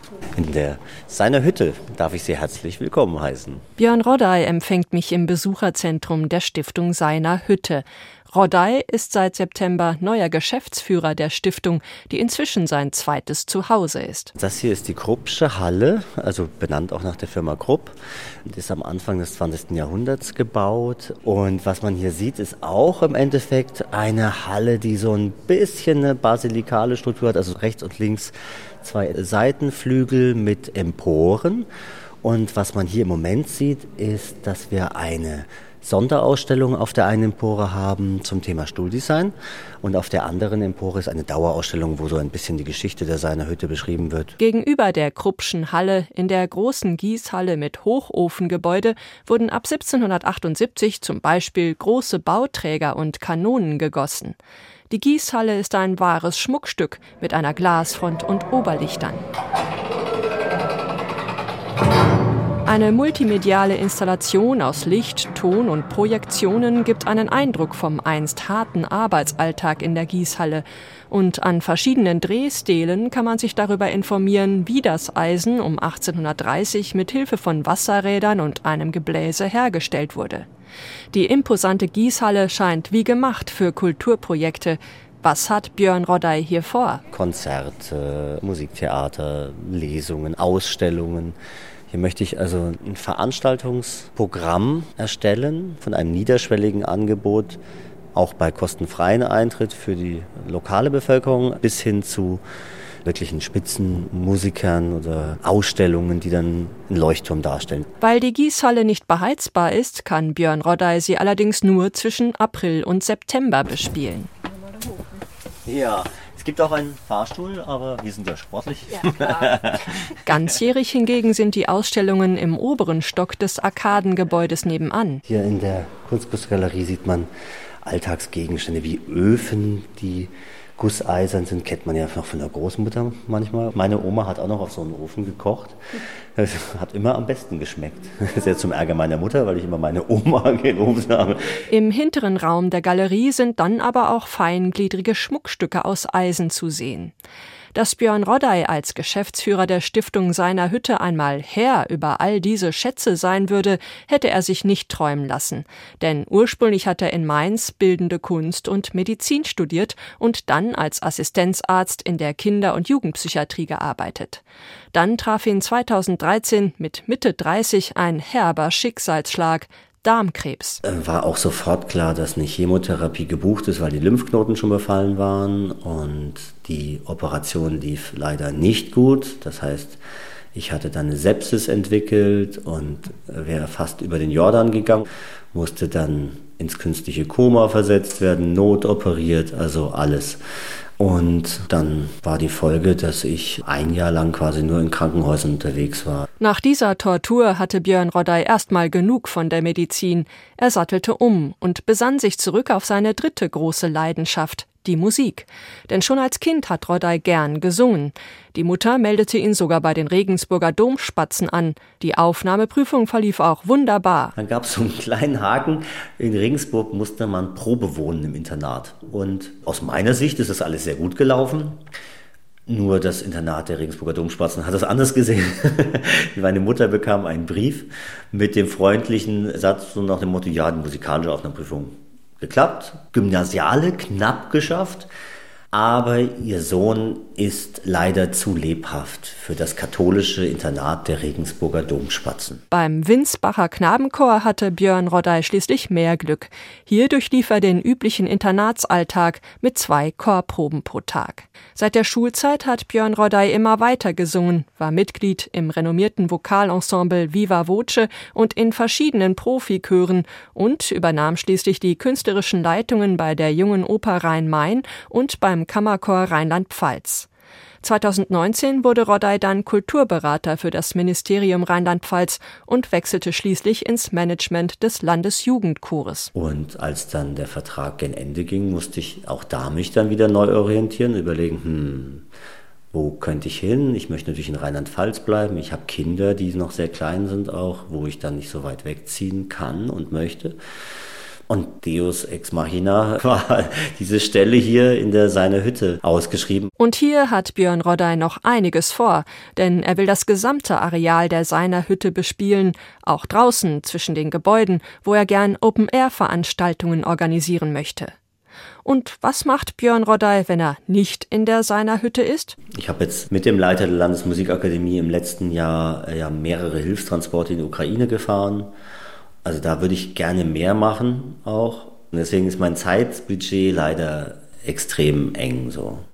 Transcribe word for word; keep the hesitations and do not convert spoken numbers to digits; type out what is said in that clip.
In der seiner Hütte darf ich Sie herzlich willkommen heißen. Björn Roddey empfängt mich im Besucherzentrum der Stiftung Seiner Hütte. Roddey ist seit September neuer Geschäftsführer der Stiftung, die inzwischen sein zweites Zuhause ist. Das hier ist die Kruppsche Halle, also benannt auch nach der Firma Krupp. Die ist am Anfang des zwanzigsten Jahrhunderts gebaut. Und was man hier sieht, ist auch im Endeffekt eine Halle, die so ein bisschen eine basilikale Struktur hat, also rechts und links zwei Seitenflügel mit Emporen. Und was man hier im Moment sieht, ist, dass wir eine Sonderausstellung auf der einen Empore haben zum Thema Stuhldesign und auf der anderen Empore ist eine Dauerausstellung, wo so ein bisschen die Geschichte der Seiner Hütte beschrieben wird. Gegenüber der Kruppschen Halle in der großen Gießhalle mit Hochofengebäude wurden ab siebzehnhundertachtundsiebzig zum Beispiel große Bauträger und Kanonen gegossen. Die Gießhalle ist ein wahres Schmuckstück mit einer Glasfront und Oberlichtern. Eine multimediale Installation aus Licht, Ton und Projektionen gibt einen Eindruck vom einst harten Arbeitsalltag in der Gießhalle. Und an verschiedenen Drehstelen kann man sich darüber informieren, wie das Eisen um achtzehnhundertdreißig mit Hilfe von Wasserrädern und einem Gebläse hergestellt wurde. Die imposante Gießhalle scheint wie gemacht für Kulturprojekte. Was hat Björn Roddey hier vor? Konzerte, Musiktheater, Lesungen, Ausstellungen. Hier möchte ich also ein Veranstaltungsprogramm erstellen von einem niederschwelligen Angebot, auch bei kostenfreien Eintritt für die lokale Bevölkerung, bis hin zu wirklichen Spitzenmusikern oder Ausstellungen, die dann einen Leuchtturm darstellen. Weil die Gießhalle nicht beheizbar ist, kann Björn Roddey sie allerdings nur zwischen April und September bespielen. Ja. Es gibt auch einen Fahrstuhl, aber wir sind ja sportlich. Ja, klar. Ganzjährig hingegen sind die Ausstellungen im oberen Stock des Arkadengebäudes nebenan. Hier in der Kunstgalerie sieht man Alltagsgegenstände wie Öfen, die gusseisern sind, kennt man ja noch von der Großmutter manchmal. Meine Oma hat auch noch auf so einem Ofen gekocht. Das hat immer am besten geschmeckt. Das ist ja zum Ärger meiner Mutter, weil ich immer meine Oma gelobt habe. Im hinteren Raum der Galerie sind dann aber auch feingliedrige Schmuckstücke aus Eisen zu sehen. Dass Björn Roddey als Geschäftsführer der Stiftung Seiner Hütte einmal Herr über all diese Schätze sein würde, hätte er sich nicht träumen lassen. Denn ursprünglich hat er in Mainz Bildende Kunst und Medizin studiert und dann als Assistenzarzt in der Kinder- und Jugendpsychiatrie gearbeitet. Dann traf ihn zweitausenddreizehn mit Mitte dreißig ein herber Schicksalsschlag: Darmkrebs. War auch sofort klar, dass eine Chemotherapie gebucht ist, weil die Lymphknoten schon befallen waren und die Operation lief leider nicht gut. Das heißt, ich hatte dann eine Sepsis entwickelt und wäre fast über den Jordan gegangen, musste dann ins künstliche Koma versetzt werden, notoperiert, also alles. Und dann war die Folge, dass ich ein Jahr lang quasi nur in Krankenhäusern unterwegs war. Nach dieser Tortur hatte Björn Roddey erstmal genug von der Medizin. Er sattelte um und besann sich zurück auf seine dritte große Leidenschaft: die Musik. Denn schon als Kind hat Roddey gern gesungen. Die Mutter meldete ihn sogar bei den Regensburger Domspatzen an. Die Aufnahmeprüfung verlief auch wunderbar. Dann gab es so einen kleinen Haken. In Regensburg musste man Probe wohnen im Internat. Und aus meiner Sicht ist das alles sehr gut gelaufen. Nur das Internat der Regensburger Domspatzen hat das anders gesehen. Meine Mutter bekam einen Brief mit dem freundlichen Satz so nach dem Motto: ja, die musikalische Aufnahmeprüfung geklappt, Gymnasiale knapp geschafft, aber ihr Sohn ist leider zu lebhaft für das katholische Internat der Regensburger Domspatzen. Beim Winsbacher Knabenchor hatte Björn Roddey schließlich mehr Glück. Hier durchlief er den üblichen Internatsalltag mit zwei Chorproben pro Tag. Seit der Schulzeit hat Björn Roddey immer weiter gesungen, war Mitglied im renommierten Vokalensemble Viva Voce und in verschiedenen Profichören und übernahm schließlich die künstlerischen Leitungen bei der Jungen Oper Rhein-Main und beim Kammerchor Rheinland-Pfalz. zweitausendneunzehn wurde Roddey dann Kulturberater für das Ministerium Rheinland-Pfalz und wechselte schließlich ins Management des Landesjugendchores. Und als dann der Vertrag gen Ende ging, musste ich auch da mich dann wieder neu orientieren, überlegen, hm, wo könnte ich hin? Ich möchte natürlich in Rheinland-Pfalz bleiben. Ich habe Kinder, die noch sehr klein sind auch, wo ich dann nicht so weit wegziehen kann und möchte. Und Deus Ex Machina war diese Stelle hier in der Seiner Hütte ausgeschrieben. Und hier hat Björn Rodday noch einiges vor, denn er will das gesamte Areal der Seiner Hütte bespielen, auch draußen zwischen den Gebäuden, wo er gern Open-Air-Veranstaltungen organisieren möchte. Und was macht Björn Rodday, wenn er nicht in der Seiner Hütte ist? Ich habe jetzt mit dem Leiter der Landesmusikakademie im letzten Jahr ja mehrere Hilfstransporte in die Ukraine gefahren. Also da würde ich gerne mehr machen auch. Und deswegen ist mein Zeitbudget leider extrem eng so.